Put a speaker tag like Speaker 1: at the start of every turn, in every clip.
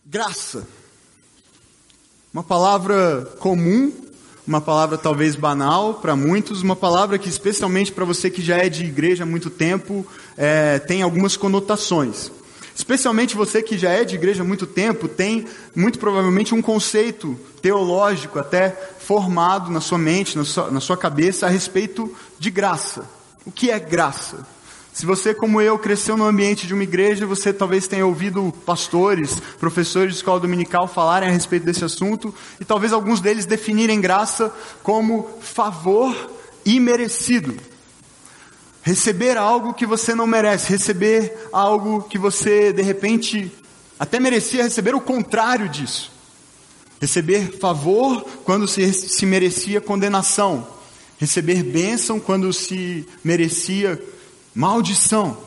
Speaker 1: Graça. Uma palavra comum, uma palavra talvez banal para muitos, uma palavra que especialmente para você que já é de igreja há muito tempo, tem algumas conotações. Especialmente você que já é de igreja há muito tempo, tem muito provavelmente um conceito teológico até formado na sua mente, na sua cabeça a respeito de graça. O que é graça? Se você, como eu, cresceu no ambiente de uma igreja, você talvez tenha ouvido pastores, professores de escola dominical falarem a respeito desse assunto, e talvez alguns deles definirem graça como favor imerecido. Receber algo que você não merece, receber algo que você, de repente, até merecia receber o contrário disso. Receber favor quando se merecia condenação. Receber bênção quando se merecia maldição.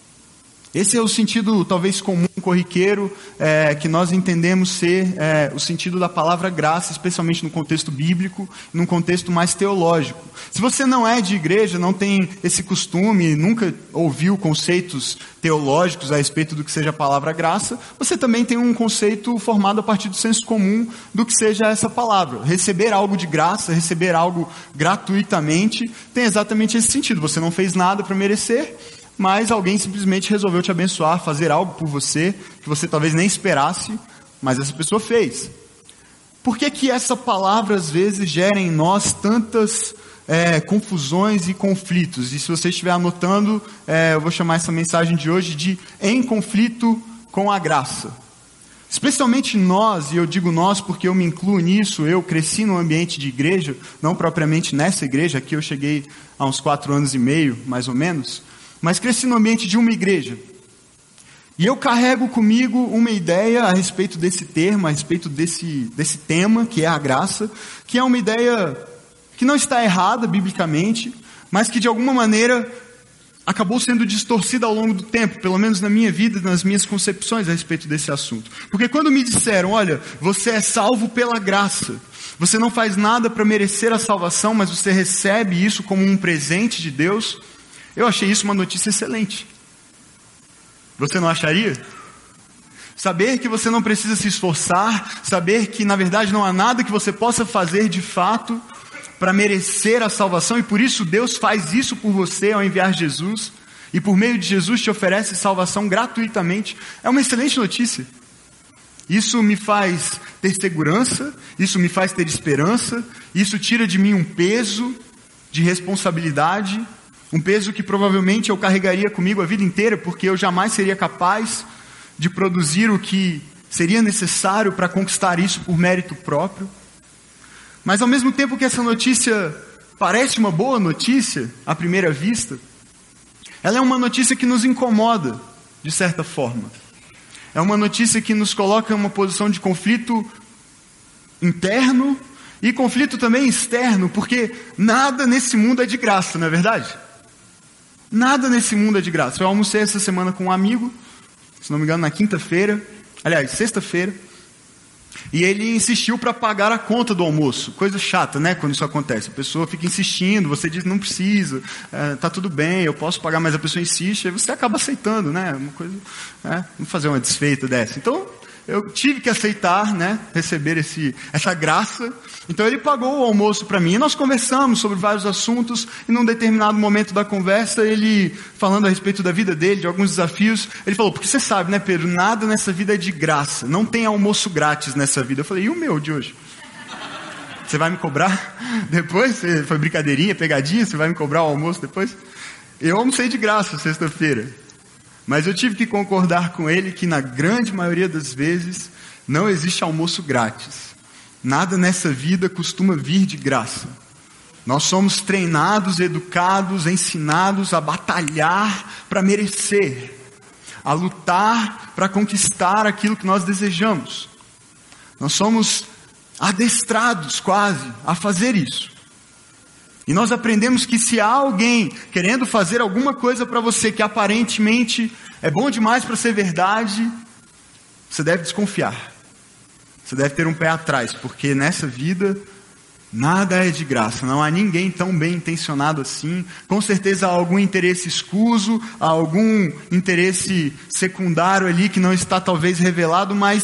Speaker 1: Esse é o sentido talvez comum, corriqueiro, que nós entendemos ser o sentido da palavra graça, especialmente no contexto bíblico, num contexto mais teológico. Se você não é de igreja, não tem esse costume, nunca ouviu conceitos teológicos a respeito do que seja a palavra graça, você também tem um conceito formado a partir do senso comum do que seja essa palavra. Receber algo de graça, receber algo gratuitamente, tem exatamente esse sentido. Você não fez nada para merecer, mas alguém simplesmente resolveu te abençoar, fazer algo por você, que você talvez nem esperasse, mas essa pessoa fez. Por que essa palavra às vezes gera em nós tantas confusões e conflitos? E se você estiver anotando, eu vou chamar essa mensagem de hoje de Em Conflito com a Graça. Especialmente nós, e eu digo nós porque eu me incluo nisso, eu cresci num ambiente de igreja, não propriamente nessa igreja, aqui eu cheguei há uns 4 anos e meio, mais ou menos, mas cresci no ambiente de uma igreja. E eu carrego comigo uma ideia a respeito desse termo, a respeito desse tema, que é a graça, que é uma ideia que não está errada biblicamente, mas que de alguma maneira acabou sendo distorcida ao longo do tempo, pelo menos na minha vida, nas minhas concepções a respeito desse assunto. Porque quando me disseram, olha, você é salvo pela graça, você não faz nada para merecer a salvação, mas você recebe isso como um presente de Deus, eu achei isso uma notícia excelente. Você não acharia? Saber que você não precisa se esforçar, saber que na verdade não há nada que você possa fazer de fato para merecer a salvação, e por isso Deus faz isso por você ao enviar Jesus, e por meio de Jesus te oferece salvação gratuitamente, é uma excelente notícia. Isso me faz ter segurança, isso me faz ter esperança, isso tira de mim um peso de responsabilidade, um peso que provavelmente eu carregaria comigo a vida inteira, porque eu jamais seria capaz de produzir o que seria necessário para conquistar isso por mérito próprio. Mas ao mesmo tempo que essa notícia parece uma boa notícia, à primeira vista, ela é uma notícia que nos incomoda, de certa forma. É uma notícia que nos coloca em uma posição de conflito interno e conflito também externo, porque nada nesse mundo é de graça, não é verdade? Nada nesse mundo é de graça. Eu almocei essa semana com um amigo, se não me engano na sexta-feira, e ele insistiu para pagar a conta do almoço. Coisa chata, né, quando isso acontece. A pessoa fica insistindo, você diz não precisa, tá tudo bem, eu posso pagar, mas a pessoa insiste, aí você acaba aceitando, né, uma coisa, vamos fazer uma desfeita dessa. Então, eu tive que aceitar, né, receber essa graça. Então ele pagou o almoço para mim. E nós conversamos sobre vários assuntos. E num determinado momento da conversa, ele falando a respeito da vida dele, de alguns desafios, ele falou, porque você sabe, né, Pedro, nada nessa vida é de graça. Não tem almoço grátis nessa vida. Eu falei, e o meu de hoje? Você vai me cobrar depois? Foi brincadeirinha, pegadinha? Você vai me cobrar o almoço depois? Eu almocei de graça sexta-feira. Mas eu tive que concordar com ele que na grande maioria das vezes não existe almoço grátis. Nada nessa vida costuma vir de graça. Nós somos treinados, educados, ensinados a batalhar para merecer, a lutar para conquistar aquilo que nós desejamos. Nós somos adestrados quase a fazer isso. E nós aprendemos que se há alguém querendo fazer alguma coisa para você que aparentemente é bom demais para ser verdade, você deve desconfiar. Você deve ter um pé atrás, porque nessa vida nada é de graça. Não há ninguém tão bem intencionado assim. Com certeza há algum interesse escuso, há algum interesse secundário ali que não está talvez revelado, mas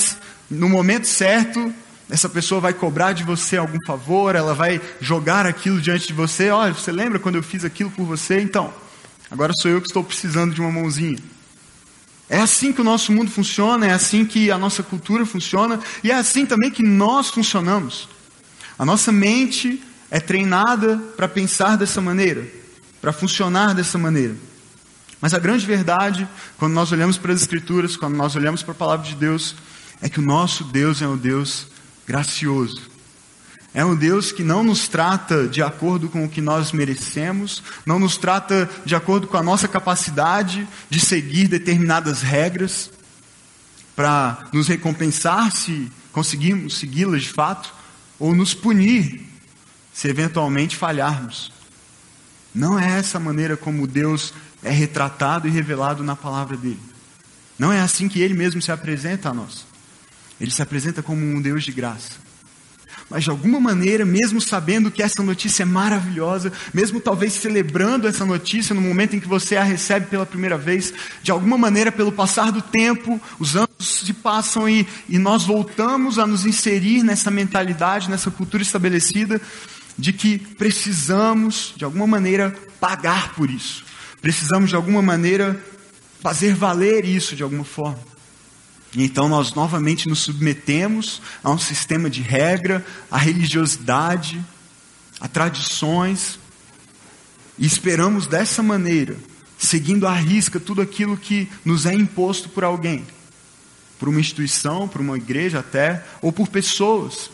Speaker 1: no momento certo, essa pessoa vai cobrar de você algum favor, ela vai jogar aquilo diante de você. Olha, você lembra quando eu fiz aquilo por você? Então, agora sou eu que estou precisando de uma mãozinha. É assim que o nosso mundo funciona, é assim que a nossa cultura funciona, e é assim também que nós funcionamos. A nossa mente é treinada para pensar dessa maneira, para funcionar dessa maneira. Mas a grande verdade, quando nós olhamos para as Escrituras, quando nós olhamos para a Palavra de Deus, é que o nosso Deus é um Deus gracioso. É um Deus que não nos trata de acordo com o que nós merecemos, não nos trata de acordo com a nossa capacidade de seguir determinadas regras, para nos recompensar se conseguirmos segui-las de fato, ou nos punir se eventualmente falharmos. Não é essa maneira como Deus é retratado e revelado na palavra dele. Não é assim que ele mesmo se apresenta a nós. Ele se apresenta como um Deus de graça. Mas de alguma maneira, mesmo sabendo que essa notícia é maravilhosa, mesmo talvez celebrando essa notícia no momento em que você a recebe pela primeira vez, de alguma maneira, pelo passar do tempo, os anos se passam e nós voltamos a nos inserir nessa mentalidade, nessa cultura estabelecida, de que precisamos, de alguma maneira, pagar por isso. Precisamos, de alguma maneira, fazer valer isso de alguma forma. E então nós novamente nos submetemos a um sistema de regra, a religiosidade, a tradições, e esperamos dessa maneira, seguindo à risca tudo aquilo que nos é imposto por alguém, por uma instituição, por uma igreja até, ou por pessoas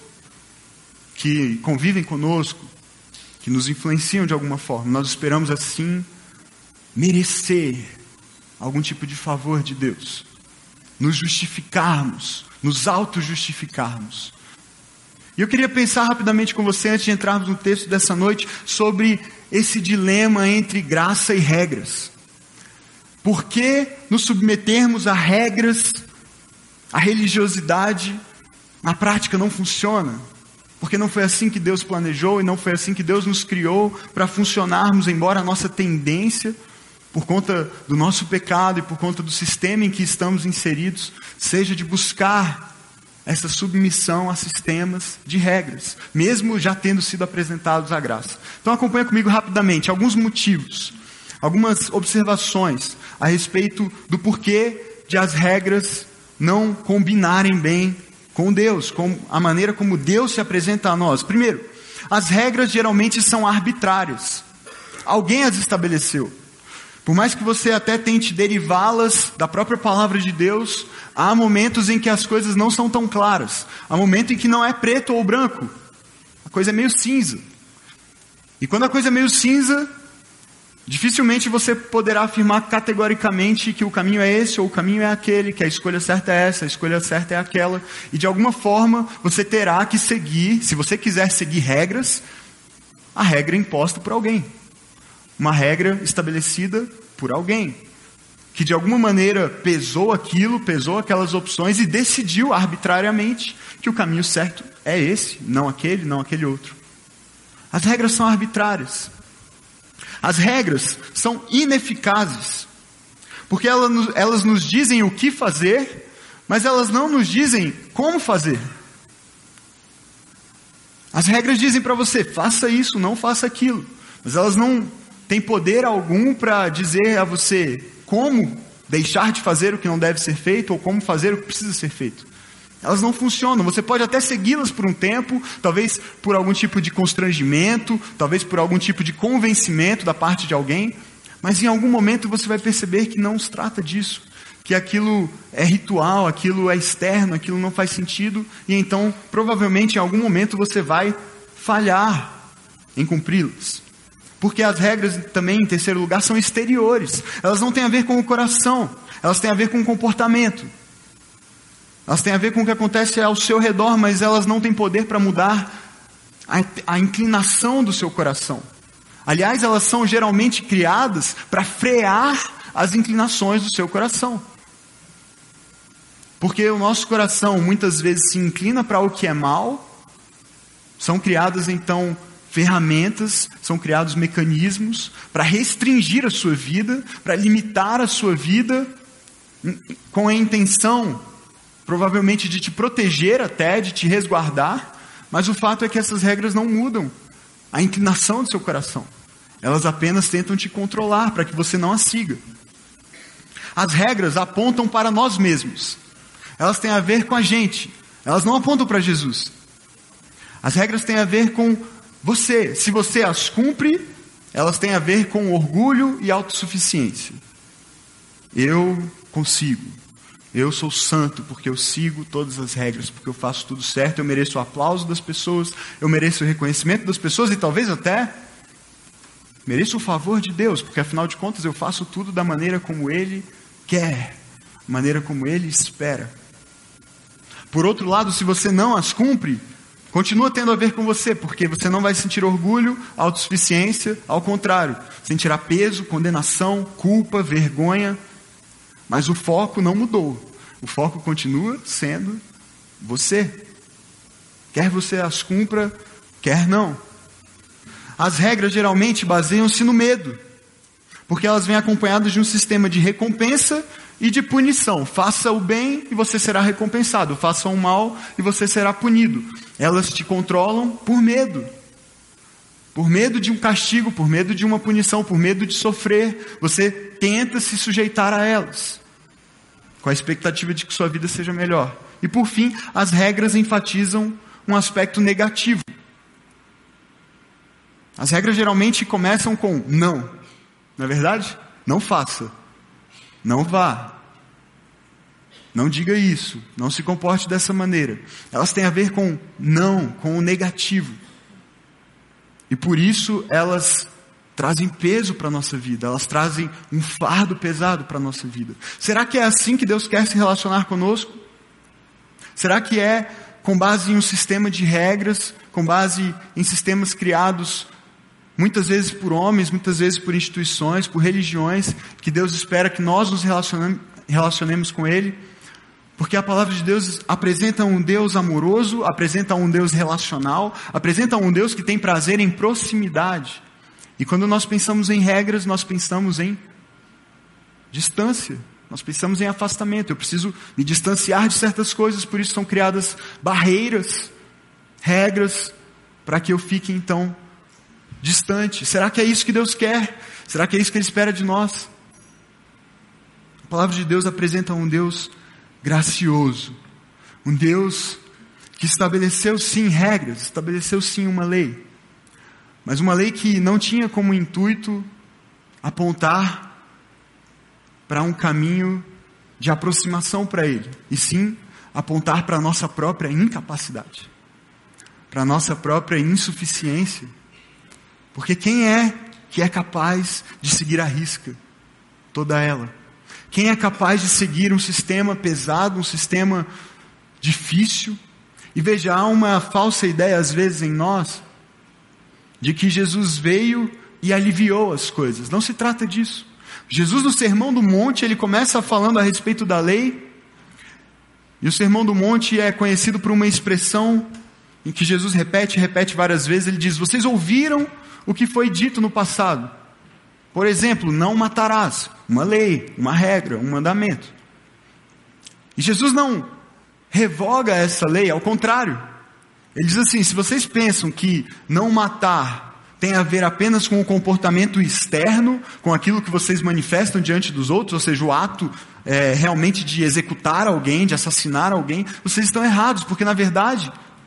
Speaker 1: que convivem conosco, que nos influenciam de alguma forma. Nós esperamos assim merecer algum tipo de favor de Deus. Nos justificarmos, nos auto-justificarmos. E eu queria pensar rapidamente com você, antes de entrarmos no texto dessa noite, sobre esse dilema entre graça e regras. Por que nos submetermos a regras, a religiosidade, na prática não funciona? Porque não foi assim que Deus planejou e não foi assim que Deus nos criou para funcionarmos, embora a nossa tendência, por conta do nosso pecado e por conta do sistema em que estamos inseridos, seja de buscar essa submissão a sistemas de regras, mesmo já tendo sido apresentados à graça. Então acompanha comigo rapidamente alguns motivos, algumas observações a respeito do porquê de as regras não combinarem bem com Deus, com a maneira como Deus se apresenta a nós. Primeiro, as regras geralmente são arbitrárias. Alguém as estabeleceu. Por mais que você até tente derivá-las da própria palavra de Deus, há momentos em que as coisas não são tão claras. Há momentos em que não é preto ou branco. A coisa é meio cinza. E quando a coisa é meio cinza, dificilmente você poderá afirmar categoricamente que o caminho é esse ou o caminho é aquele, que a escolha certa é essa, a escolha certa é aquela. E de alguma forma você terá que seguir, se você quiser seguir regras, a regra imposta por alguém. Uma regra estabelecida por alguém, que de alguma maneira pesou aquilo, pesou aquelas opções e decidiu arbitrariamente que o caminho certo é esse, não aquele outro. As regras são arbitrárias. As regras são ineficazes, porque elas nos dizem o que fazer, mas elas não nos dizem como fazer. As regras dizem para você, faça isso, não faça aquilo, mas elas não têm poder algum para dizer a você como deixar de fazer o que não deve ser feito ou como fazer o que precisa ser feito. Elas não funcionam. Você pode até segui-las por um tempo, talvez por algum tipo de constrangimento, talvez por algum tipo de convencimento da parte de alguém, mas em algum momento você vai perceber que não se trata disso, que aquilo é ritual, aquilo é externo, aquilo não faz sentido, e então provavelmente em algum momento você vai falhar em cumpri-las. Porque as regras também, em terceiro lugar, são exteriores. Elas não têm a ver com o coração. Elas têm a ver com o comportamento. Elas têm a ver com o que acontece ao seu redor, mas elas não têm poder para mudar a inclinação do seu coração. Aliás, elas são geralmente criadas para frear as inclinações do seu coração. Porque o nosso coração muitas vezes se inclina para o que é mal. São criadas então ferramentas, são criados mecanismos para restringir a sua vida, para limitar a sua vida, com a intenção provavelmente de te proteger até, de te resguardar, mas o fato é que essas regras não mudam a inclinação do seu coração. Elas apenas tentam te controlar para que você não as siga. As regras apontam para nós mesmos. Elas têm a ver com a gente. Elas não apontam para Jesus. As regras têm a ver com você. Se você as cumpre, elas têm a ver com orgulho e autossuficiência. Eu consigo. Eu sou santo porque eu sigo todas as regras, porque eu faço tudo certo, eu mereço o aplauso das pessoas, eu mereço o reconhecimento das pessoas e talvez até mereço o favor de Deus, porque afinal de contas eu faço tudo da maneira como Ele quer, da maneira como Ele espera. Por outro lado, se você não as cumpre, continua tendo a ver com você, porque você não vai sentir orgulho, autossuficiência, ao contrário, sentirá peso, condenação, culpa, vergonha. Mas o foco não mudou. O foco continua sendo você. Quer você as cumpra, quer não. As regras geralmente baseiam-se no medo, porque elas vêm acompanhadas de um sistema de recompensa e de punição. Faça o bem e você será recompensado. Faça o mal e você será punido. Elas te controlam por medo. Por medo de um castigo, por medo de uma punição, por medo de sofrer. Você tenta se sujeitar a elas, com a expectativa de que sua vida seja melhor. E por fim, as regras enfatizam um aspecto negativo. As regras geralmente começam com não. Não é verdade? Não faça. Não vá. Não diga isso. Não se comporte dessa maneira. Elas têm a ver com não, com o negativo. E por isso elas trazem peso para a nossa vida, elas trazem um fardo pesado para a nossa vida. Será que é assim que Deus quer se relacionar conosco? Será que é com base em um sistema de regras, com base em sistemas criados muitas vezes por homens, muitas vezes por instituições, por religiões, que Deus espera que nós nos relacionemos com Ele? Porque a palavra de Deus apresenta um Deus amoroso, apresenta um Deus relacional, apresenta um Deus que tem prazer em proximidade. E quando nós pensamos em regras, nós pensamos em distância, nós pensamos em afastamento. Eu preciso me distanciar de certas coisas, por isso são criadas barreiras, regras, para que eu fique então distante. Será que é isso que Deus quer? Será que é isso que Ele espera de nós? A palavra de Deus apresenta um Deus gracioso, um Deus que estabeleceu sim regras, estabeleceu sim uma lei. Mas uma lei que não tinha como intuito apontar para um caminho de aproximação para Ele, e sim apontar para a nossa própria incapacidade, para a nossa própria insuficiência. Porque quem é que é capaz de seguir à risca toda ela? Quem é capaz de seguir um sistema pesado, um sistema difícil? E veja, há uma falsa ideia às vezes em nós, de que Jesus veio e aliviou as coisas. Não se trata disso. Jesus, no Sermão do Monte, ele começa falando a respeito da lei. E o Sermão do Monte é conhecido por uma expressão em que Jesus repete várias vezes. Ele diz: vocês ouviram o que foi dito no passado. Por exemplo, não matarás. Uma lei, uma regra, um mandamento. E Jesus não revoga essa lei, ao contrário. Ele diz assim: se vocês pensam que não matar tem a ver apenas com o comportamento externo, com aquilo que vocês manifestam diante dos outros, ou seja, o ato realmente de executar alguém, de assassinar alguém, vocês estão errados, porque na verdade,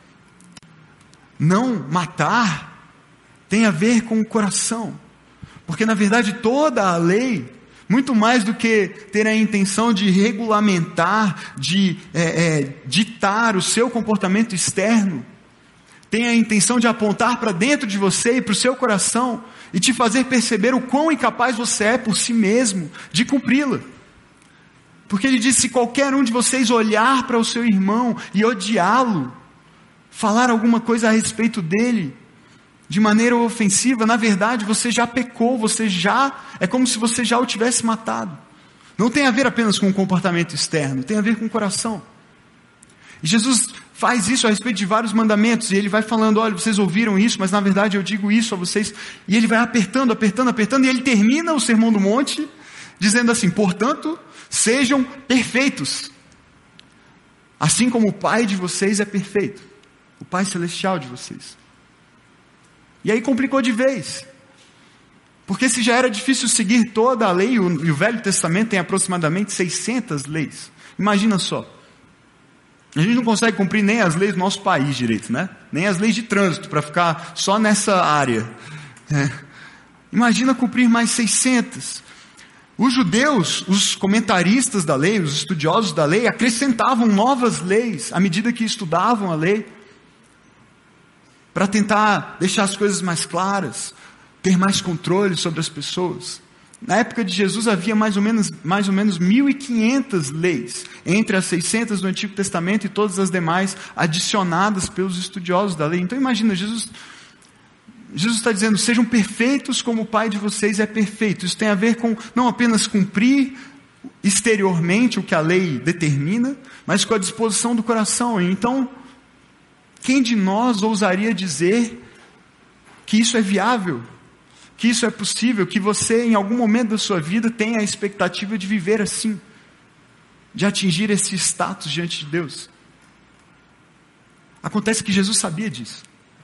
Speaker 1: não matar tem a ver com o coração. Porque na verdade toda a lei, muito mais do que ter a intenção de regulamentar, de ditar o seu comportamento externo, tem a intenção de apontar para dentro de você e para o seu coração e te fazer perceber o quão incapaz você é por si mesmo de cumpri-la. Porque ele diz: se qualquer um de vocês olhar para o seu irmão e odiá-lo, falar alguma coisa a respeito dele de maneira ofensiva, na verdade você já pecou, é como se você já o tivesse matado. Não tem a ver apenas com o comportamento externo, tem a ver com o coração. E Jesus faz isso a respeito de vários mandamentos, e ele vai falando: olha, vocês ouviram isso, mas na verdade eu digo isso a vocês. E ele vai apertando, e ele termina o Sermão do Monte dizendo assim: portanto, sejam perfeitos. assim como o Pai de vocês é perfeito, o Pai celestial de vocês. E aí complicou de vez. Porque se já era difícil seguir toda a lei, e o Velho Testamento tem aproximadamente 600 leis. Imagina só. A gente não consegue cumprir nem as leis do nosso país direito, né? Nem as leis de trânsito, para ficar só nessa área. Imagina cumprir mais 600. Os judeus, os comentaristas da lei, os estudiosos da lei, acrescentavam novas leis à medida que estudavam a lei, para tentar deixar as coisas mais claras, ter mais controle sobre as pessoas. Na época de Jesus havia mais ou menos 1.500 leis, entre as 600 do Antigo Testamento e todas as demais adicionadas pelos estudiosos da lei. Então imagina, Jesus está dizendo, sejam perfeitos como o Pai de vocês é perfeito. Isso tem a ver com não apenas cumprir exteriormente o que a lei determina, mas com a disposição do coração. Então, quem de nós ousaria dizer que isso é viável? Que isso é possível, que você em algum momento da sua vida tenha a expectativa de viver assim, de atingir esse status diante de Deus. Acontece que Jesus sabia disso.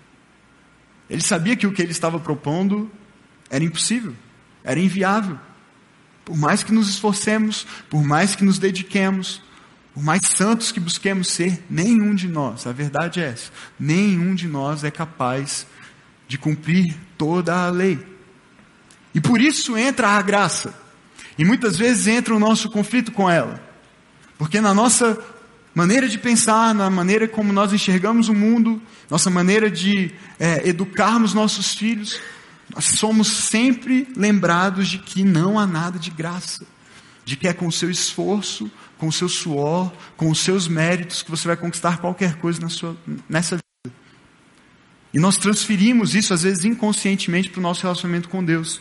Speaker 1: Ele sabia que o que ele estava propondo era impossível, era inviável. Por mais que nos esforcemos, por mais que nos dediquemos, por mais santos que busquemos ser, nenhum de nós, a verdade é essa, nenhum de nós é capaz de cumprir toda a lei. E por isso entra a graça. E muitas vezes entra o nosso conflito com ela. Porque na nossa maneira de pensar, na maneira como nós enxergamos o mundo, nossa maneira de educarmos nossos filhos, nós somos sempre lembrados de que não há nada de graça. De que é com o seu esforço, com o seu suor, com os seus méritos que você vai conquistar qualquer coisa nessa vida. E nós transferimos isso às vezes inconscientemente para o nosso relacionamento com Deus.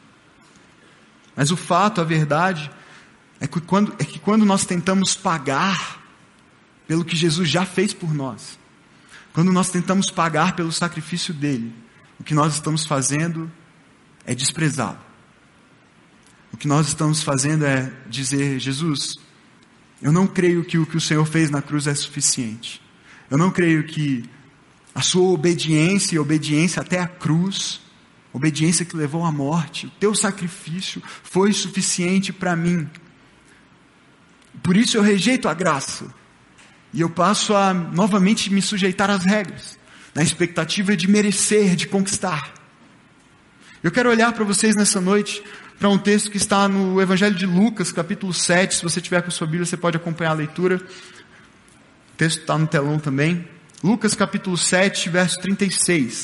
Speaker 1: Mas o fato, a verdade, é que quando nós tentamos pagar pelo que Jesus já fez por nós, quando nós tentamos pagar pelo sacrifício dele, o que nós estamos fazendo é desprezá-lo. O que nós estamos fazendo é dizer, Jesus, eu não creio que o que o Senhor fez na cruz é suficiente. Eu não creio que a sua obediência e obediência até a cruz, obediência que levou à morte, o teu sacrifício foi suficiente para mim. Por isso eu rejeito a graça. E eu passo a novamente me sujeitar às regras, na expectativa de merecer, de conquistar. Eu quero olhar para vocês nessa noite, para um texto que está no Evangelho de Lucas, capítulo 7. Se você tiver com a sua Bíblia, você pode acompanhar a leitura. O texto está no telão também. Lucas capítulo 7, verso 36.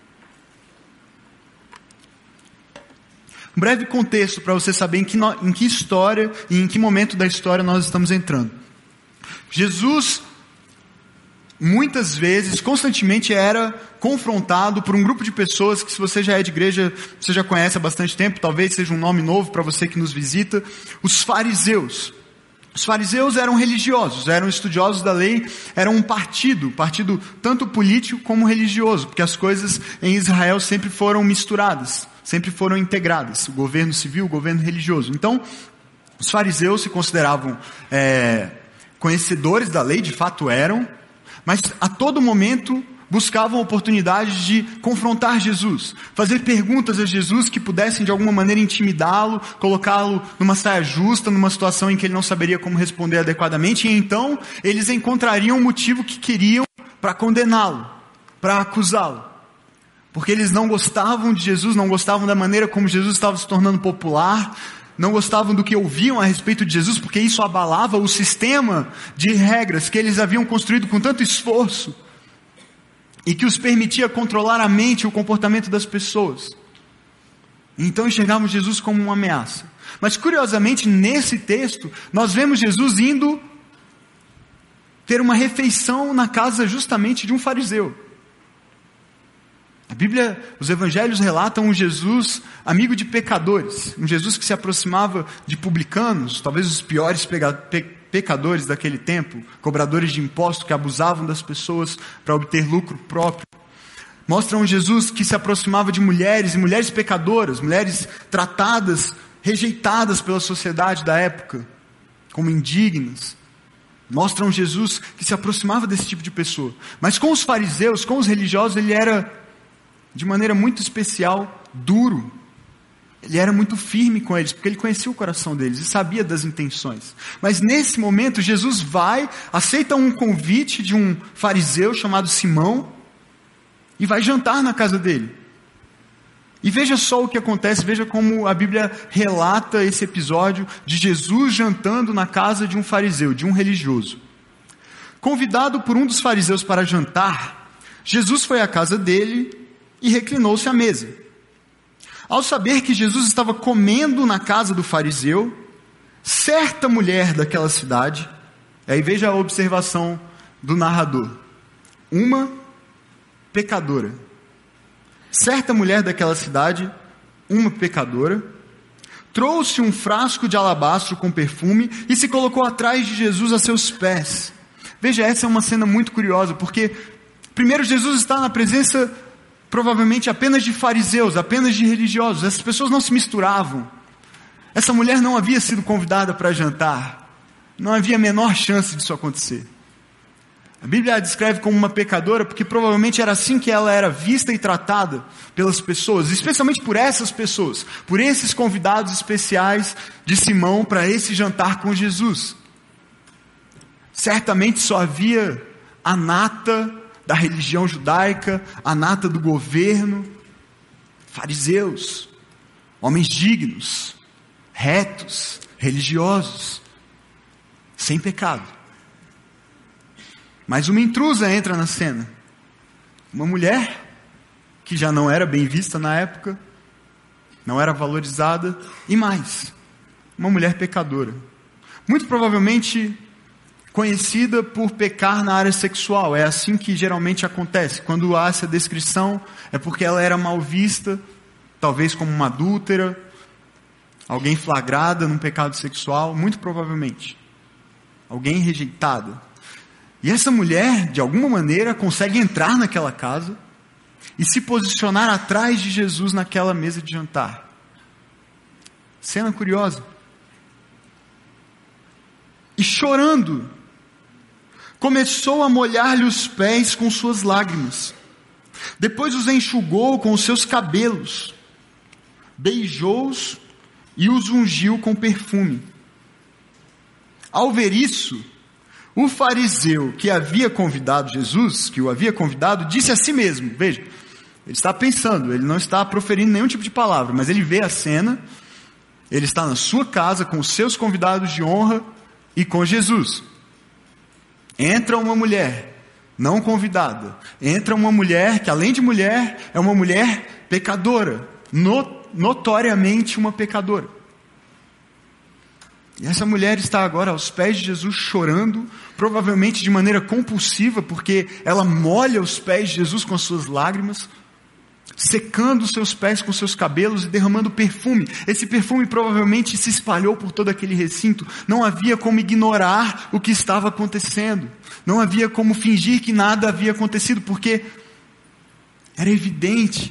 Speaker 1: Um breve contexto para você saber em que história e em que momento da história nós estamos entrando. Jesus, muitas vezes, constantemente era confrontado por um grupo de pessoas que, se você já é de igreja, você já conhece há bastante tempo, talvez seja um nome novo para você que nos visita, os fariseus. Os fariseus eram religiosos, eram estudiosos da lei, eram um partido tanto político como religioso, porque as coisas em Israel sempre foram misturadas, sempre foram integradas, o governo civil, o governo religioso. Então, os fariseus se consideravam conhecedores da lei, de fato eram, mas a todo momento buscavam oportunidades de confrontar Jesus, fazer perguntas a Jesus que pudessem de alguma maneira intimidá-lo, colocá-lo numa saia justa, numa situação em que ele não saberia como responder adequadamente, e então eles encontrariam o motivo que queriam para condená-lo, para acusá-lo. Porque eles não gostavam de Jesus, não gostavam da maneira como Jesus estava se tornando popular, não gostavam do que ouviam a respeito de Jesus, porque isso abalava o sistema de regras que eles haviam construído com tanto esforço, e que os permitia controlar a mente e o comportamento das pessoas. Então enxergamos Jesus como uma ameaça. Mas curiosamente, nesse texto, nós vemos Jesus indo ter uma refeição na casa justamente de um fariseu. A Bíblia, os evangelhos relatam um Jesus amigo de pecadores, um Jesus que se aproximava de publicanos, talvez os piores pecadores daquele tempo, cobradores de impostos que abusavam das pessoas para obter lucro próprio. Mostra um Jesus que se aproximava de mulheres, e mulheres pecadoras, mulheres tratadas, rejeitadas pela sociedade da época, como indignas. Mostram Jesus que se aproximava desse tipo de pessoa. Mas com os fariseus, com os religiosos, ele era, de maneira muito especial, duro. Ele era muito firme com eles, porque ele conhecia o coração deles e sabia das intenções. Mas nesse momento, Jesus aceita um convite de um fariseu chamado Simão, e vai jantar na casa dele. E veja só o que acontece, veja como a Bíblia relata esse episódio de Jesus jantando na casa de um fariseu, de um religioso. Convidado por um dos fariseus para jantar, Jesus foi à casa dele e reclinou-se à mesa. Ao saber que Jesus estava comendo na casa do fariseu, certa mulher daquela cidade, aí veja a observação do narrador, uma pecadora. Certa mulher daquela cidade, uma pecadora, trouxe um frasco de alabastro com perfume e se colocou atrás de Jesus a seus pés. Veja, essa é uma cena muito curiosa, porque primeiro Jesus está na presença provavelmente apenas de fariseus, apenas de religiosos. Essas pessoas não se misturavam. Essa mulher não havia sido convidada para jantar. Não havia a menor chance disso acontecer. A Bíblia a descreve como uma pecadora porque provavelmente era assim que ela era vista e tratada pelas pessoas, especialmente por essas pessoas, por esses convidados especiais de Simão para esse jantar com Jesus. Certamente só havia a nata da religião judaica, a nata do governo, fariseus, homens dignos, retos, religiosos, sem pecado. Mas uma intrusa entra na cena. Uma mulher que já não era bem vista na época, não era valorizada, e mais, uma mulher pecadora. Muito provavelmente conhecida por pecar na área sexual. É assim que geralmente acontece. Quando há essa descrição, é porque ela era mal vista, talvez como uma adúltera, alguém flagrada num pecado sexual, muito provavelmente. Alguém rejeitada. E essa mulher, de alguma maneira, consegue entrar naquela casa e se posicionar atrás de Jesus naquela mesa de jantar. Cena curiosa. E chorando, começou a molhar-lhe os pés com suas lágrimas. Depois os enxugou com os seus cabelos, beijou-os e os ungiu com perfume. Ao ver isso, o fariseu que havia convidado Jesus, que o havia convidado, disse a si mesmo, veja, ele está pensando, ele não está proferindo nenhum tipo de palavra, mas ele vê a cena, ele está na sua casa com os seus convidados de honra e com Jesus. Entra uma mulher, não convidada, entra uma mulher que além de mulher, é uma mulher pecadora, notoriamente uma pecadora. E essa mulher está agora aos pés de Jesus chorando, provavelmente de maneira compulsiva, porque ela molha os pés de Jesus com as suas lágrimas, secando os seus pés com seus cabelos e derramando perfume. Esse perfume provavelmente se espalhou por todo aquele recinto. Não havia como ignorar o que estava acontecendo. Não havia como fingir que nada havia acontecido, porque era evidente.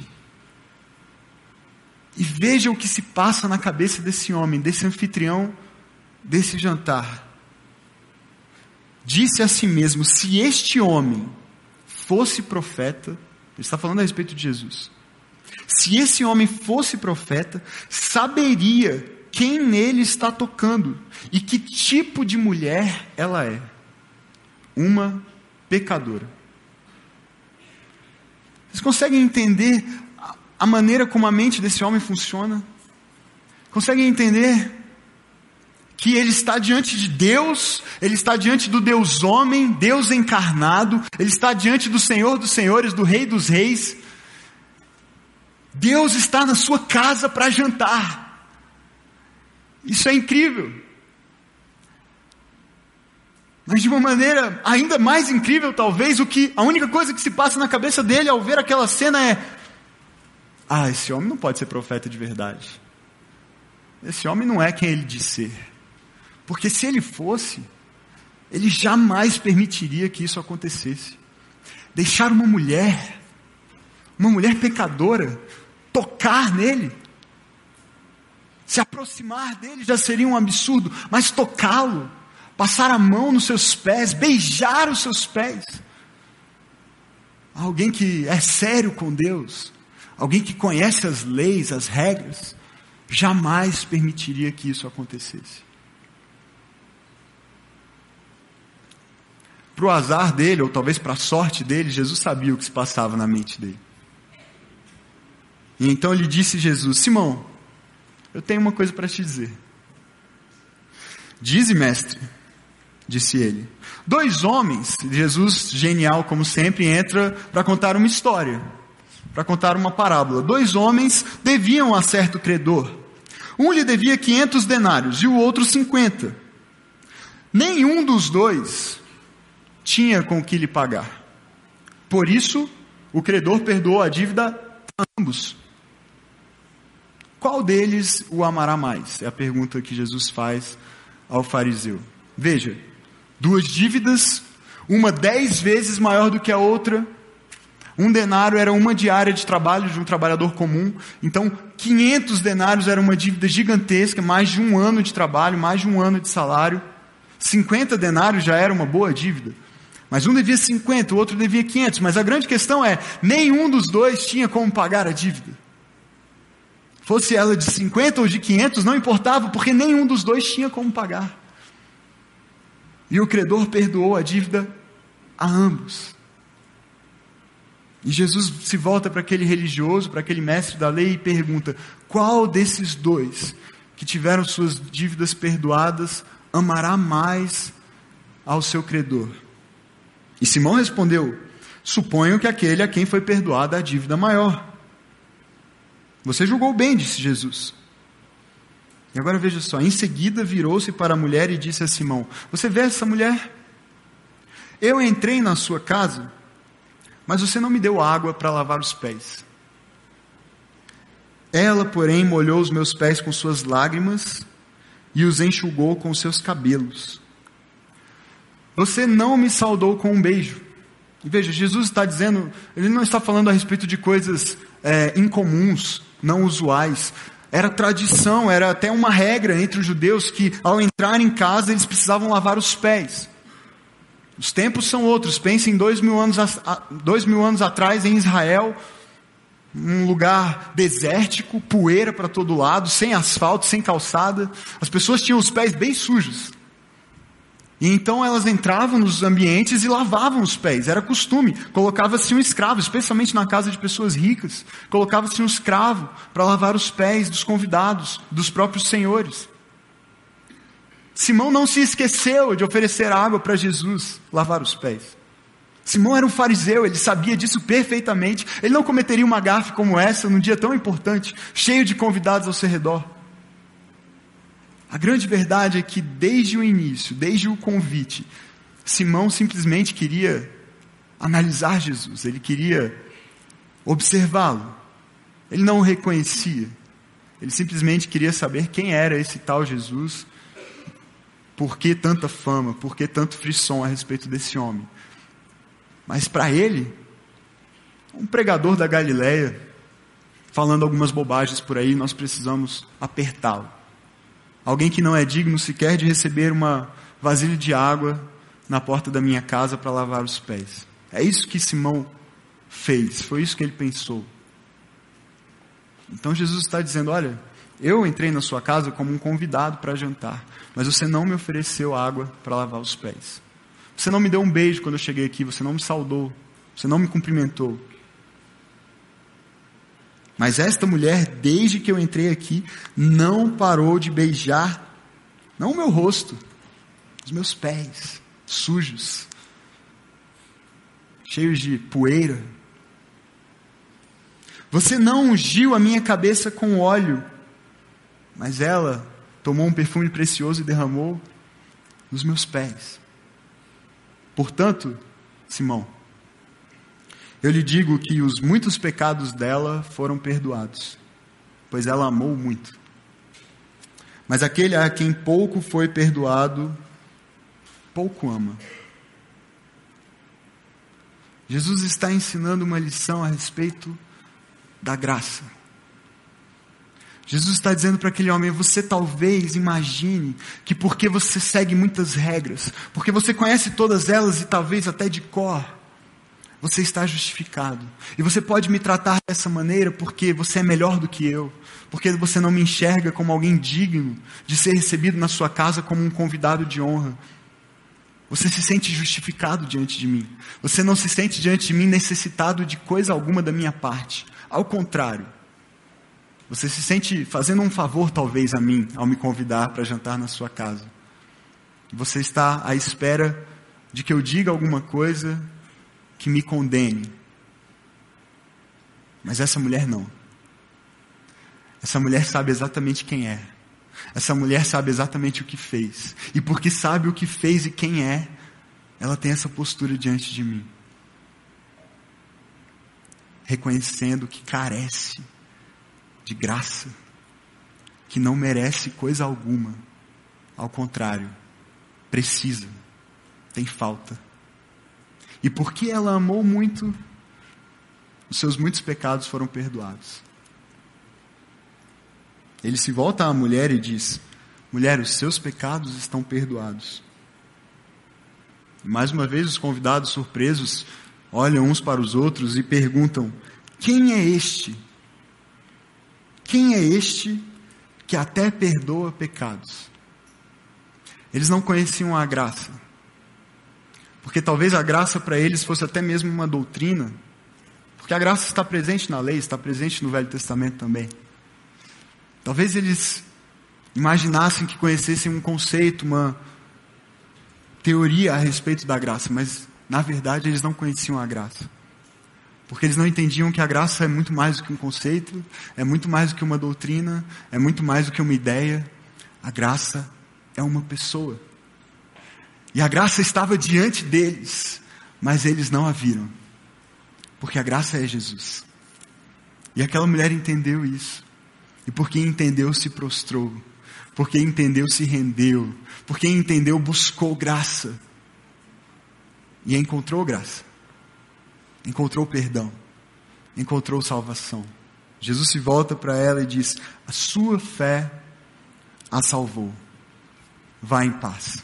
Speaker 1: E veja o que se passa na cabeça desse homem, desse anfitrião, desse jantar. Disse a si mesmo, se este homem fosse profeta, ele está falando a respeito de Jesus, se esse homem fosse profeta, saberia quem nele está tocando e que tipo de mulher ela é. Uma pecadora. Vocês conseguem entender a maneira como a mente desse homem funciona? Conseguem entender que ele está diante de Deus, ele está diante do Deus homem, Deus encarnado, ele está diante do Senhor dos senhores, do Rei dos reis. Deus está na sua casa para jantar. Isso é incrível. Mas de uma maneira ainda mais incrível, talvez, a única coisa que se passa na cabeça dele ao ver aquela cena é: esse homem não pode ser profeta de verdade. Esse homem não é quem ele diz ser. Porque se ele fosse, ele jamais permitiria que isso acontecesse. Deixar uma mulher pecadora, tocar nele, se aproximar dele já seria um absurdo, mas tocá-lo, passar a mão nos seus pés, beijar os seus pés. Alguém que é sério com Deus, alguém que conhece as leis, as regras, jamais permitiria que isso acontecesse. Para o azar dele, ou talvez para a sorte dele, Jesus sabia o que se passava na mente dele. E então ele disse a Jesus: Simão, eu tenho uma coisa para te dizer. Dize, mestre, disse ele. 2 homens, Jesus, genial como sempre, entra para contar uma história, para contar uma parábola. 2 homens deviam a certo credor. Um lhe devia 500 denários e o outro 50. Nenhum dos 2 tinha com o que lhe pagar. Por isso, o credor perdoou a dívida a ambos. Qual deles o amará mais? É a pergunta que Jesus faz ao fariseu. Veja, 2 dívidas, uma 10 vezes maior do que a outra. 1 denário era uma diária de trabalho de um trabalhador comum. Então, 500 denários era uma dívida gigantesca, mais de 1 ano de trabalho, mais de 1 ano de salário. 50 denários já era uma boa dívida. Mas um devia 50, o outro devia 500. Mas a grande questão é, nenhum dos 2 tinha como pagar a dívida. Fosse ela de 50 ou de 500, não importava, porque nenhum dos 2 tinha como pagar. E o credor perdoou a dívida a ambos. E Jesus se volta para aquele religioso, para aquele mestre da lei e pergunta: qual desses 2 que tiveram suas dívidas perdoadas amará mais ao seu credor? E Simão respondeu: suponho que aquele a quem foi perdoada a dívida maior. Você julgou bem, disse Jesus. E agora veja só, em seguida virou-se para a mulher e disse a Simão: você vê essa mulher? Eu entrei na sua casa, mas você não me deu água para lavar os pés. Ela, porém, molhou os meus pés com suas lágrimas e os enxugou com os seus cabelos. Você não me saudou com um beijo. E veja, Jesus está dizendo, ele não está falando a respeito de coisas incomuns, não usuais. Era tradição, era até uma regra entre os judeus que ao entrar em casa eles precisavam lavar os pés. Os tempos são outros. Pensem 2000 anos atrás em Israel, um lugar desértico, poeira para todo lado, sem asfalto, sem calçada. As pessoas tinham os pés bem sujos. E então elas entravam nos ambientes e lavavam os pés, era costume. Colocava-se um escravo, especialmente na casa de pessoas ricas, colocava-se um escravo para lavar os pés dos convidados, dos próprios senhores. Simão não se esqueceu de oferecer água para Jesus lavar os pés. Simão era um fariseu, ele sabia disso perfeitamente. Ele não cometeria uma gafe como essa num dia tão importante, cheio de convidados ao seu redor. A grande verdade é que desde o início, desde o convite, Simão simplesmente queria analisar Jesus, ele queria observá-lo. Ele não o reconhecia, ele simplesmente queria saber quem era esse tal Jesus, por que tanta fama, por que tanto frisson a respeito desse homem. Mas para ele, um pregador da Galileia, falando algumas bobagens por aí, nós precisamos apertá-lo. Alguém que não é digno sequer de receber uma vasilha de água na porta da minha casa para lavar os pés. É isso que Simão fez, foi isso que ele pensou. Então Jesus está dizendo: olha, eu entrei na sua casa como um convidado para jantar, mas você não me ofereceu água para lavar os pés. Você não me deu um beijo quando eu cheguei aqui, você não me saudou, você não me cumprimentou. Mas esta mulher, desde que eu entrei aqui, não parou de beijar, não o meu rosto, os meus pés, sujos, cheios de poeira. Você não ungiu a minha cabeça com óleo, mas ela tomou um perfume precioso e derramou nos meus pés. Portanto, Simão, eu lhe digo que os muitos pecados dela foram perdoados, pois ela amou muito. Mas aquele a quem pouco foi perdoado, pouco ama. Jesus está ensinando uma lição a respeito da graça. Jesus está dizendo para aquele homem: você talvez imagine que porque você segue muitas regras, porque você conhece todas elas e talvez até de cor, você está justificado. E você pode me tratar dessa maneira porque você é melhor do que eu, porque você não me enxerga como alguém digno de ser recebido na sua casa como um convidado de honra. Você se sente justificado diante de mim. Você não se sente diante de mim necessitado de coisa alguma da minha parte. Ao contrário, você se sente fazendo um favor talvez a mim, ao me convidar para jantar na sua casa. Você está à espera de que eu diga alguma coisa que me condene. Mas essa mulher não. Essa mulher sabe exatamente quem é. Essa mulher sabe exatamente o que fez. E porque sabe o que fez e quem é, ela tem essa postura diante de mim. Reconhecendo que carece de graça, que não merece coisa alguma. Ao contrário, precisa, tem falta. E porque ela amou muito, os seus muitos pecados foram perdoados. Ele se volta à mulher e diz: mulher, os seus pecados estão perdoados. E mais uma vez os convidados surpresos olham uns para os outros e perguntam: quem é este? Quem é este que até perdoa pecados? Eles não conheciam a graça. Porque talvez a graça para eles fosse até mesmo uma doutrina. Porque a graça está presente na lei, está presente no Velho Testamento também. Talvez eles imaginassem que conhecessem um conceito, uma teoria a respeito da graça. Mas, na verdade, eles não conheciam a graça. Porque eles não entendiam que a graça é muito mais do que um conceito, é muito mais do que uma doutrina, é muito mais do que uma ideia. A graça é uma pessoa. E a graça estava diante deles, mas eles não a viram. Porque a graça é Jesus. E aquela mulher entendeu isso. E porque entendeu, se prostrou. Porque entendeu, se rendeu. Porque entendeu, buscou graça. E encontrou graça. Encontrou perdão, encontrou salvação. Jesus se volta para ela e diz: a sua fé a salvou. Vá em paz.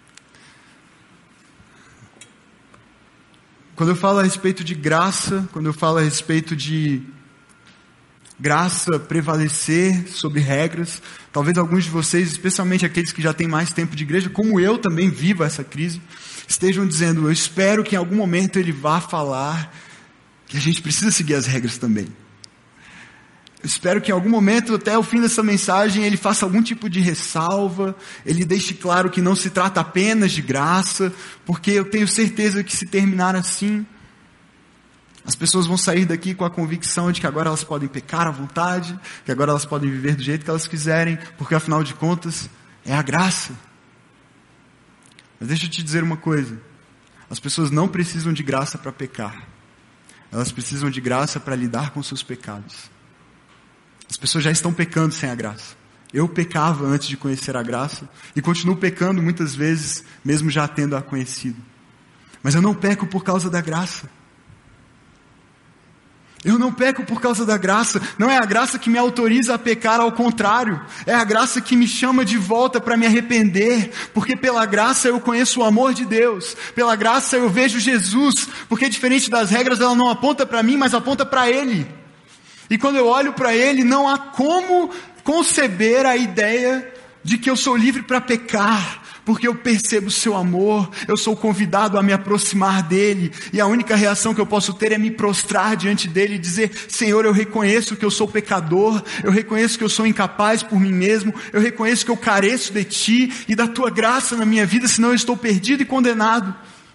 Speaker 1: Quando eu falo a respeito de graça, quando eu falo a respeito de graça prevalecer sobre regras, talvez alguns de vocês, especialmente aqueles que já têm mais tempo de igreja, como eu também vivo essa crise, estejam dizendo: eu espero que em algum momento ele vá falar que a gente precisa seguir as regras também. Eu espero que em algum momento, até o fim dessa mensagem, ele faça algum tipo de ressalva, ele deixe claro que não se trata apenas de graça, porque eu tenho certeza que se terminar assim, as pessoas vão sair daqui com a convicção de que agora elas podem pecar à vontade, que agora elas podem viver do jeito que elas quiserem, porque afinal de contas, é a graça. Mas deixa eu te dizer uma coisa: as pessoas não precisam de graça para pecar. Elas precisam de graça para lidar com seus pecados. As pessoas já estão pecando sem a graça. Eu pecava antes de conhecer a graça e continuo pecando muitas vezes, mesmo já tendo-a conhecido. Mas eu não peco por causa da graça. Eu não peco por causa da graça. Não é a graça que me autoriza a pecar, ao contrário. É a graça que me chama de volta para me arrepender. Porque pela graça eu conheço o amor de Deus. Pela graça eu vejo Jesus. Porque diferente das regras, ela não aponta para mim, mas aponta para Ele. E quando eu olho para Ele, não há como conceber a ideia de que eu sou livre para pecar. Porque eu percebo o seu amor, eu sou convidado a me aproximar dele, e a única reação que eu posso ter é me prostrar diante dele e dizer: Senhor, eu reconheço que eu sou pecador, eu reconheço que eu sou incapaz por mim mesmo, eu reconheço que eu careço de ti e da tua graça na minha vida, senão eu estou perdido e condenado.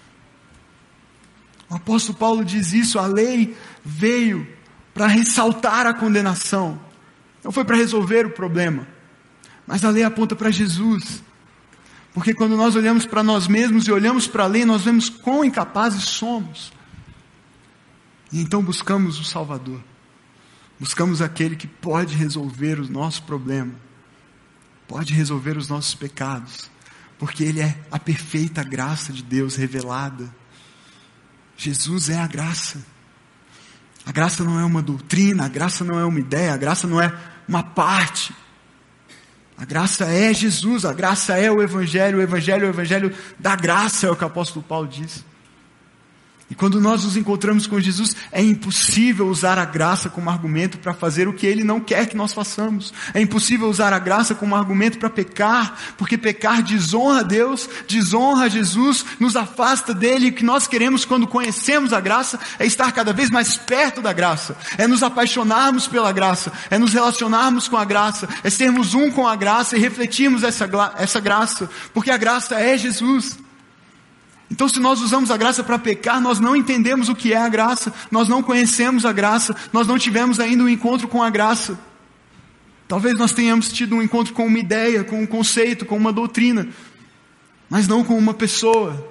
Speaker 1: O apóstolo Paulo diz isso: a lei veio para ressaltar a condenação, não foi para resolver o problema, mas a lei aponta para Jesus. Porque quando nós olhamos para nós mesmos e olhamos para a lei, nós vemos quão incapazes somos. E então buscamos o Salvador. Buscamos aquele que pode resolver o nosso problema. Pode resolver os nossos pecados. Porque Ele é a perfeita graça de Deus revelada. Jesus é a graça. A graça não é uma doutrina, a graça não é uma ideia, a graça não é uma parte. A graça é Jesus, a graça é o Evangelho da graça, é o que o apóstolo Paulo diz. E quando nós nos encontramos com Jesus, é impossível usar a graça como argumento para fazer o que Ele não quer que nós façamos. É impossível usar a graça como argumento para pecar, porque pecar desonra a Deus, desonra a Jesus, nos afasta dEle. E o que nós queremos quando conhecemos a graça é estar cada vez mais perto da graça, é nos apaixonarmos pela graça, é nos relacionarmos com a graça, é sermos um com a graça e refletirmos essa graça, porque a graça é Jesus. Então, se nós usamos a graça para pecar, nós não entendemos o que é a graça, nós não conhecemos a graça, nós não tivemos ainda um encontro com a graça. Talvez nós tenhamos tido um encontro com uma ideia, com um conceito, com uma doutrina, mas não com uma pessoa.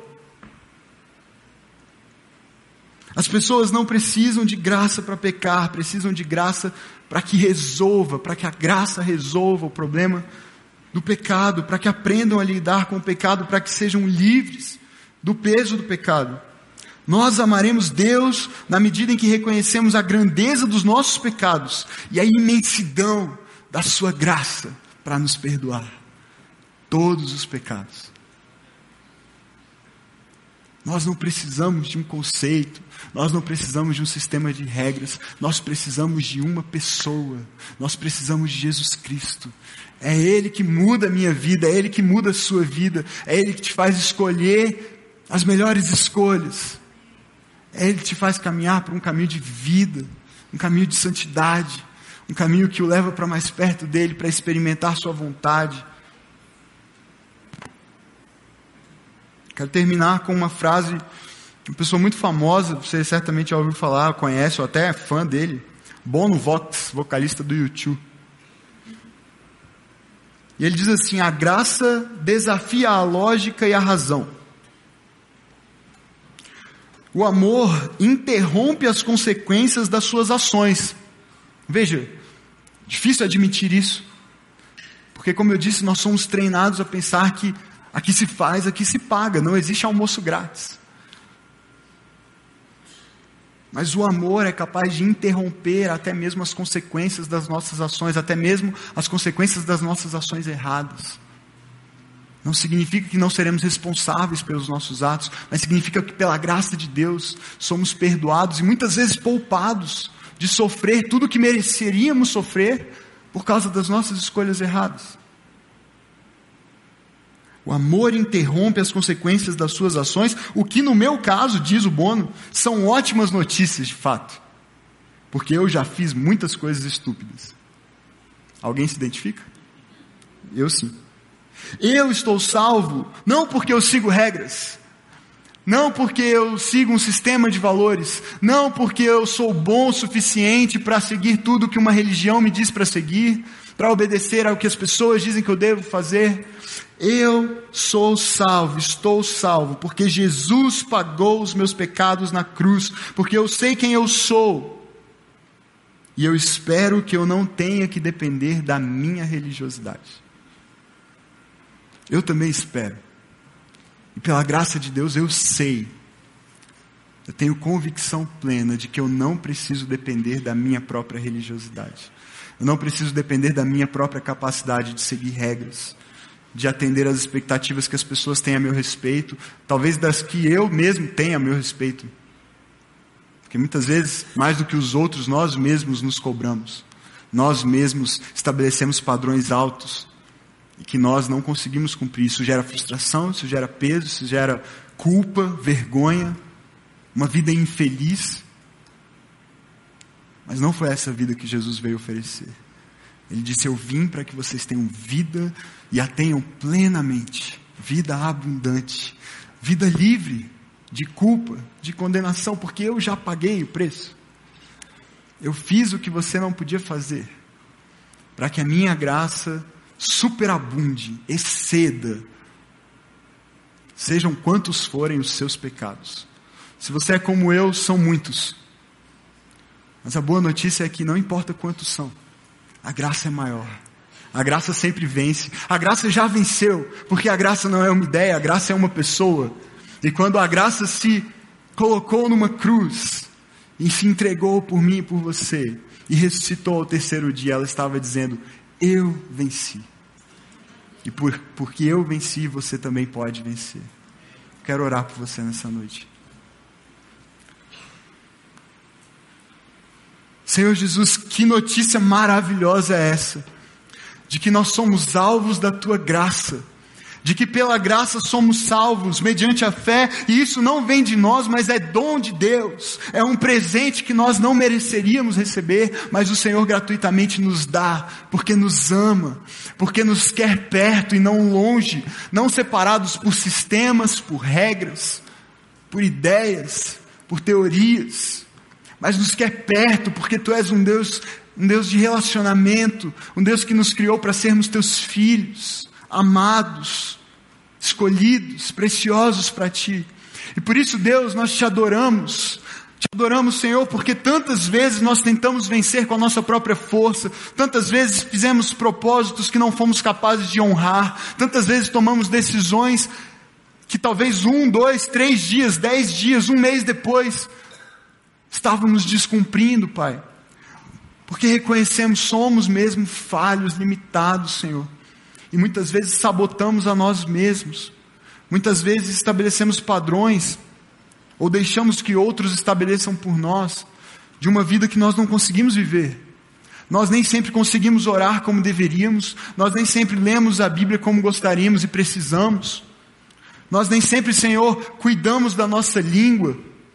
Speaker 1: As pessoas não precisam de graça para pecar, precisam de graça para que a graça resolva o problema do pecado, para que aprendam a lidar com o pecado, para que sejam livres do peso do pecado. Nós amaremos Deus na medida em que reconhecemos a grandeza dos nossos pecados e a imensidão da sua graça para nos perdoar todos os pecados. Nós não precisamos de um conceito, nós não precisamos de um sistema de regras, nós precisamos de uma pessoa, nós precisamos de Jesus Cristo. É Ele que muda a minha vida, é Ele que muda a sua vida, é Ele que te faz escolher as melhores escolhas. Ele te faz caminhar por um caminho de vida, um caminho de santidade, um caminho que o leva para mais perto dele, para experimentar sua vontade. Quero terminar com uma frase de uma pessoa muito famosa, você certamente já ouviu falar, conhece, ou até é fã dele, Bono Vox, vocalista do U2. E ele diz assim: a graça desafia a lógica e a razão. O amor interrompe as consequências das suas ações. Veja, difícil admitir isso, porque, como eu disse, nós somos treinados a pensar que aqui se faz, aqui se paga, não existe almoço grátis. Mas o amor é capaz de interromper até mesmo as consequências das nossas ações, até mesmo as consequências das nossas ações erradas. Não significa que não seremos responsáveis pelos nossos atos, mas significa que pela graça de Deus somos perdoados e muitas vezes poupados de sofrer tudo o que mereceríamos sofrer por causa das nossas escolhas erradas. O amor interrompe as consequências das suas ações, o que no meu caso, diz o Bono, são ótimas notícias de fato, porque eu já fiz muitas coisas estúpidas. Alguém se identifica? Eu sim. Eu estou salvo, não porque eu sigo regras, não porque eu sigo um sistema de valores, não porque eu sou bom o suficiente para seguir tudo que uma religião me diz para seguir, para obedecer ao que as pessoas dizem que eu devo fazer. Eu sou salvo, estou salvo, porque Jesus pagou os meus pecados na cruz, porque eu sei quem eu sou, e eu espero que eu não tenha que depender da minha religiosidade. Eu também espero. E pela graça de Deus eu sei. Eu tenho convicção plena de que eu não preciso depender da minha própria religiosidade. Eu não preciso depender da minha própria capacidade de seguir regras, de atender às expectativas que as pessoas têm a meu respeito, talvez das que eu mesmo tenho a meu respeito. Porque muitas vezes, mais do que os outros, nós mesmos nos cobramos. Nós mesmos estabelecemos padrões altos e que nós não conseguimos cumprir. Isso gera frustração, isso gera peso, isso gera culpa, vergonha, uma vida infeliz. Mas não foi essa vida que Jesus veio oferecer. Ele disse: eu vim para que vocês tenham vida e a tenham plenamente, vida abundante, vida livre de culpa, de condenação, porque eu já paguei o preço. Eu fiz o que você não podia fazer, para que a minha graça superabunde, exceda, sejam quantos forem os seus pecados. Se você é como eu, são muitos. Mas a boa notícia é que não importa quantos são, a graça é maior. A graça sempre vence. A graça já venceu, porque a graça não é uma ideia, a graça é uma pessoa. E quando a graça se colocou numa cruz e se entregou por mim e por você, e ressuscitou ao terceiro dia, ela estava dizendo: eu venci. E porque eu venci, você também pode vencer. Quero orar por você nessa noite. Senhor Jesus, que notícia maravilhosa é essa, de que nós somos alvos da Tua graça, de que pela graça somos salvos mediante a fé, e isso não vem de nós, mas é dom de Deus, é um presente que nós não mereceríamos receber, mas o Senhor gratuitamente nos dá, porque nos ama, porque nos quer perto e não longe, não separados por sistemas, por regras, por ideias, por teorias, mas nos quer perto, porque Tu és um Deus de relacionamento, um Deus que nos criou para sermos Teus filhos, amados, escolhidos, preciosos para Ti. E por isso, Deus, nós Te adoramos, Senhor, porque tantas vezes nós tentamos vencer com a nossa própria força, tantas vezes fizemos propósitos que não fomos capazes de honrar, tantas vezes tomamos decisões que talvez 1, 2, 3 dias, 10 dias, um mês depois, estávamos descumprindo, Pai, porque reconhecemos, somos mesmo falhos, limitados, Senhor, e muitas vezes sabotamos a nós mesmos, muitas vezes estabelecemos padrões, ou deixamos que outros estabeleçam por nós, de uma vida que nós não conseguimos viver. Nós nem sempre conseguimos orar como deveríamos, nós nem sempre lemos a Bíblia como gostaríamos e precisamos, nós nem sempre, Senhor, cuidamos da nossa língua,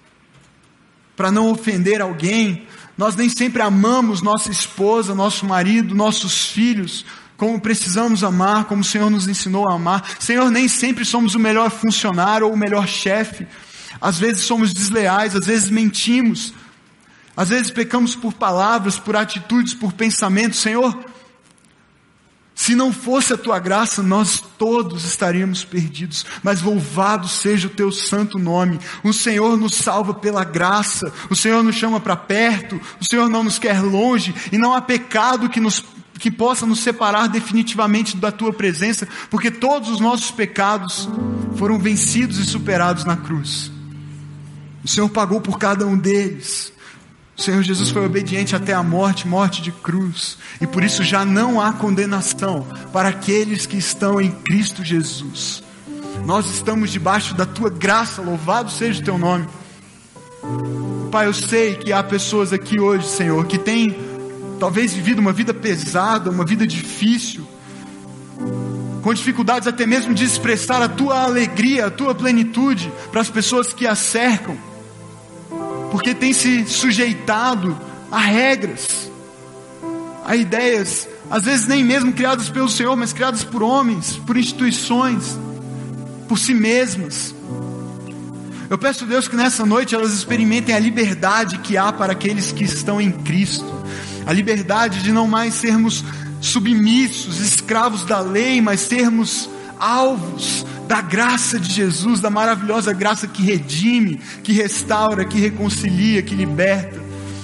Speaker 1: para não ofender alguém, nós nem sempre amamos nossa esposa, nosso marido, nossos filhos, como precisamos amar, como o Senhor nos ensinou a amar. Senhor, nem sempre somos o melhor funcionário ou o melhor chefe, às vezes somos desleais, às vezes mentimos, às vezes pecamos por palavras, por atitudes, por pensamentos. Senhor, se não fosse a Tua graça, nós todos estaríamos perdidos, mas louvado seja o Teu santo nome. O Senhor nos salva pela graça, o Senhor nos chama para perto, o Senhor não nos quer longe, e não há pecado que possa nos separar definitivamente da Tua presença, porque todos os nossos pecados foram vencidos e superados na cruz. O Senhor pagou por cada um deles. O Senhor Jesus foi obediente até a morte de cruz, e por isso já não há condenação para aqueles que estão em Cristo Jesus. Nós estamos debaixo da Tua graça, louvado seja o Teu nome. Pai, eu sei que há pessoas aqui hoje, Senhor, que têm talvez vivido uma vida pesada, uma vida difícil, com dificuldades até mesmo de expressar a Tua alegria, a Tua plenitude para as pessoas que a cercam, porque tem se sujeitado a regras, a ideias, às vezes nem mesmo criadas pelo Senhor, mas criadas por homens, por instituições, por si mesmas. Eu peço a Deus que nessa noite elas experimentem a liberdade que há para aqueles que estão em Cristo, a liberdade de não mais sermos submissos, escravos da lei, mas sermos alvos da graça de Jesus, da maravilhosa graça que redime, que restaura, que reconcilia, que liberta.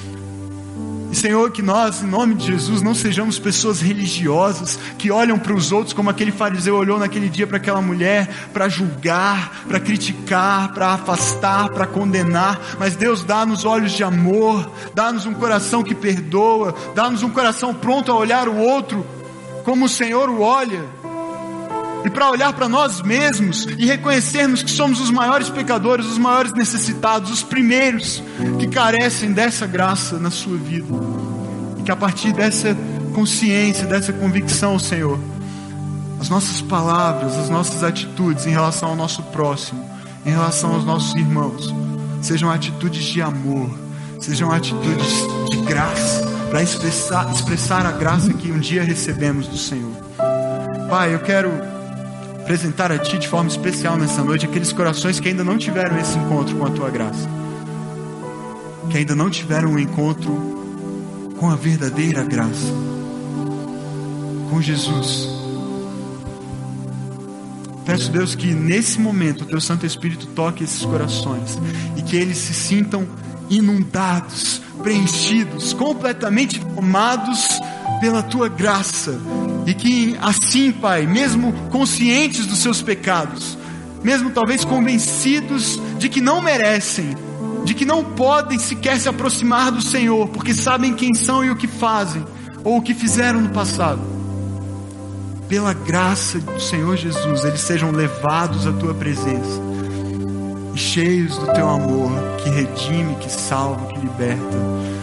Speaker 1: E Senhor, que nós, em nome de Jesus, não sejamos pessoas religiosas, que olham para os outros como aquele fariseu olhou naquele dia para aquela mulher, para julgar, para criticar, para afastar, para condenar. Mas Deus, dá-nos olhos de amor, dá-nos um coração que perdoa, dá-nos um coração pronto a olhar o outro como o Senhor o olha, e para olhar para nós mesmos e reconhecermos que somos os maiores pecadores, os maiores necessitados, os primeiros que carecem dessa graça na sua vida, e que a partir dessa consciência, dessa convicção, Senhor, as nossas palavras, as nossas atitudes em relação ao nosso próximo, em relação aos nossos irmãos, sejam atitudes de amor, sejam atitudes de graça, para expressar a graça que um dia recebemos do Senhor. Pai, eu quero apresentar a Ti de forma especial nessa noite aqueles corações que ainda não tiveram esse encontro com a Tua graça, que ainda não tiveram um encontro com a verdadeira graça, com Jesus. Peço, Deus, que nesse momento o Teu Santo Espírito toque esses corações e que eles se sintam inundados, preenchidos, completamente tomados pela Tua graça, e que assim, Pai, mesmo conscientes dos seus pecados, mesmo talvez convencidos de que não merecem, de que não podem sequer se aproximar do Senhor, porque sabem quem são e o que fazem, ou o que fizeram no passado. Pela graça do Senhor Jesus, eles sejam levados à tua presença, e cheios do teu amor, que redime, que salva, que liberta.